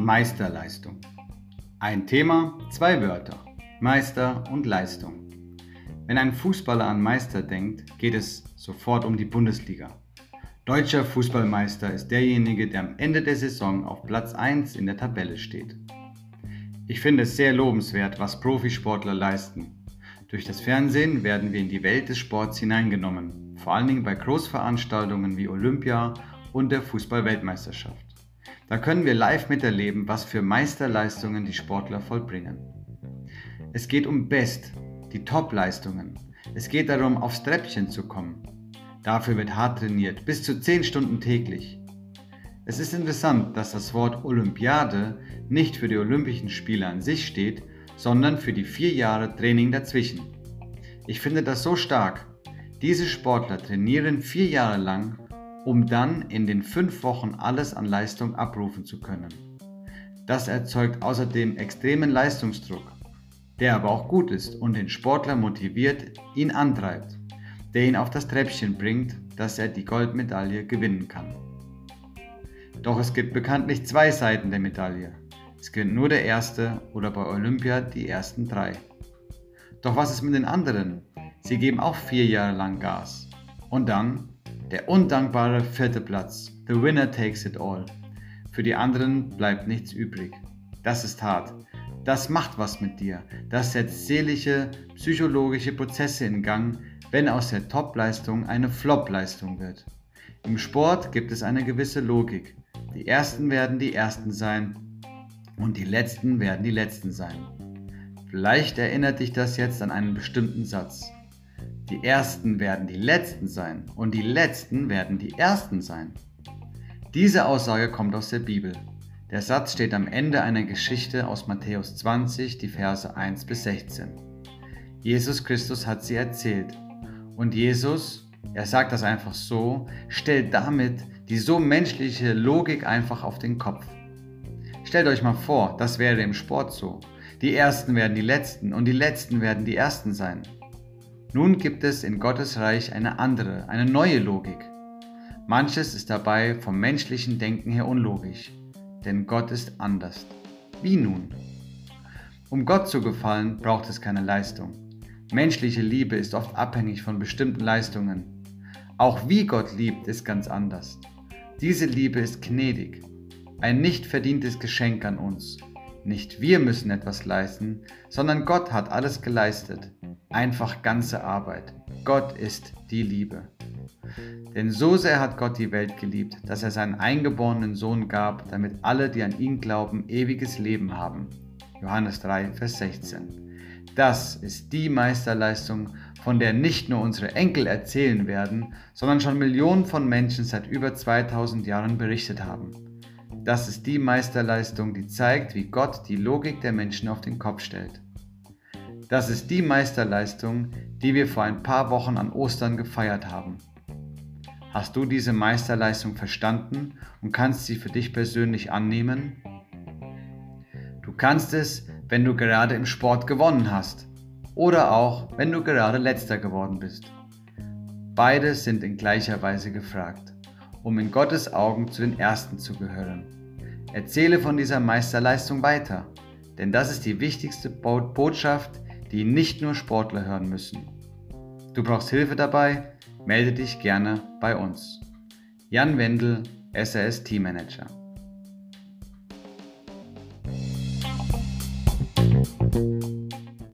Meisterleistung. Ein Thema, zwei Wörter. Meister und Leistung. Wenn ein Fußballer an Meister denkt, geht es sofort um die Bundesliga. Deutscher Fußballmeister ist derjenige, der am Ende der Saison auf Platz 1 in der Tabelle steht. Ich finde es sehr lobenswert, was Profisportler leisten. Durch das Fernsehen werden wir in die Welt des Sports hineingenommen, vor allen Dingen bei Großveranstaltungen wie Olympia und der Fußball-Weltmeisterschaft. Da können wir live miterleben, was für Meisterleistungen die Sportler vollbringen. Es geht um die Top-Leistungen. Es geht darum, aufs Treppchen zu kommen. Dafür wird hart trainiert, bis zu 10 Stunden täglich. Es ist interessant, dass das Wort Olympiade nicht für die Olympischen Spiele an sich steht, sondern für die 4 Jahre Training dazwischen. Ich finde das so stark. Diese Sportler trainieren 4 Jahre lang, um dann in den 5 Wochen alles an Leistung abrufen zu können. Das erzeugt außerdem extremen Leistungsdruck, der aber auch gut ist und den Sportler motiviert, ihn antreibt, der ihn auf das Treppchen bringt, dass er die Goldmedaille gewinnen kann. Doch es gibt bekanntlich 2 Seiten der Medaille. Es gewinnt nur der Erste oder bei Olympia die ersten 3. Doch was ist mit den anderen? Sie geben auch 4 Jahre lang Gas. Und dann der undankbare 4. Platz. The winner takes it all. Für die anderen bleibt nichts übrig. Das ist hart. Das macht was mit dir. Das setzt seelische, psychologische Prozesse in Gang, wenn aus der Top-Leistung eine Flop-Leistung wird. Im Sport gibt es eine gewisse Logik. Die Ersten werden die Ersten sein und die Letzten werden die Letzten sein. Vielleicht erinnert dich das jetzt an einen bestimmten Satz. Die Ersten werden die Letzten sein und die Letzten werden die Ersten sein. Diese Aussage kommt aus der Bibel. Der Satz steht am Ende einer Geschichte aus Matthäus 20, die Verse 1 bis 16. Jesus Christus hat sie erzählt. Und Jesus, er sagt das einfach so, stellt damit die so menschliche Logik einfach auf den Kopf. Stellt euch mal vor, das wäre im Sport so. Die Ersten werden die Letzten und die Letzten werden die Ersten sein. Nun gibt es in Gottes Reich eine andere, eine neue Logik. Manches ist dabei vom menschlichen Denken her unlogisch, denn Gott ist anders. Wie nun? Um Gott zu gefallen, braucht es keine Leistung. Menschliche Liebe ist oft abhängig von bestimmten Leistungen. Auch wie Gott liebt, ist ganz anders. Diese Liebe ist gnädig, ein nicht verdientes Geschenk an uns. Nicht wir müssen etwas leisten, sondern Gott hat alles geleistet. Einfach ganze Arbeit. Gott ist die Liebe. Denn so sehr hat Gott die Welt geliebt, dass er seinen eingeborenen Sohn gab, damit alle, die an ihn glauben, ewiges Leben haben. Johannes 3, Vers 16. Das ist die Meisterleistung, von der nicht nur unsere Enkel erzählen werden, sondern schon Millionen von Menschen seit über 2000 Jahren berichtet haben. Das ist die Meisterleistung, die zeigt, wie Gott die Logik der Menschen auf den Kopf stellt. Das ist die Meisterleistung, die wir vor ein paar Wochen an Ostern gefeiert haben. Hast du diese Meisterleistung verstanden und kannst sie für dich persönlich annehmen? Du kannst es, wenn du gerade im Sport gewonnen hast oder auch, wenn du gerade Letzter geworden bist. Beide sind in gleicher Weise gefragt, um in Gottes Augen zu den Ersten zu gehören. Erzähle von dieser Meisterleistung weiter, denn das ist die wichtigste Botschaft, die nicht nur Sportler hören müssen. Du brauchst Hilfe dabei? Melde dich gerne bei uns. Jan Wendel, SAS Teammanager.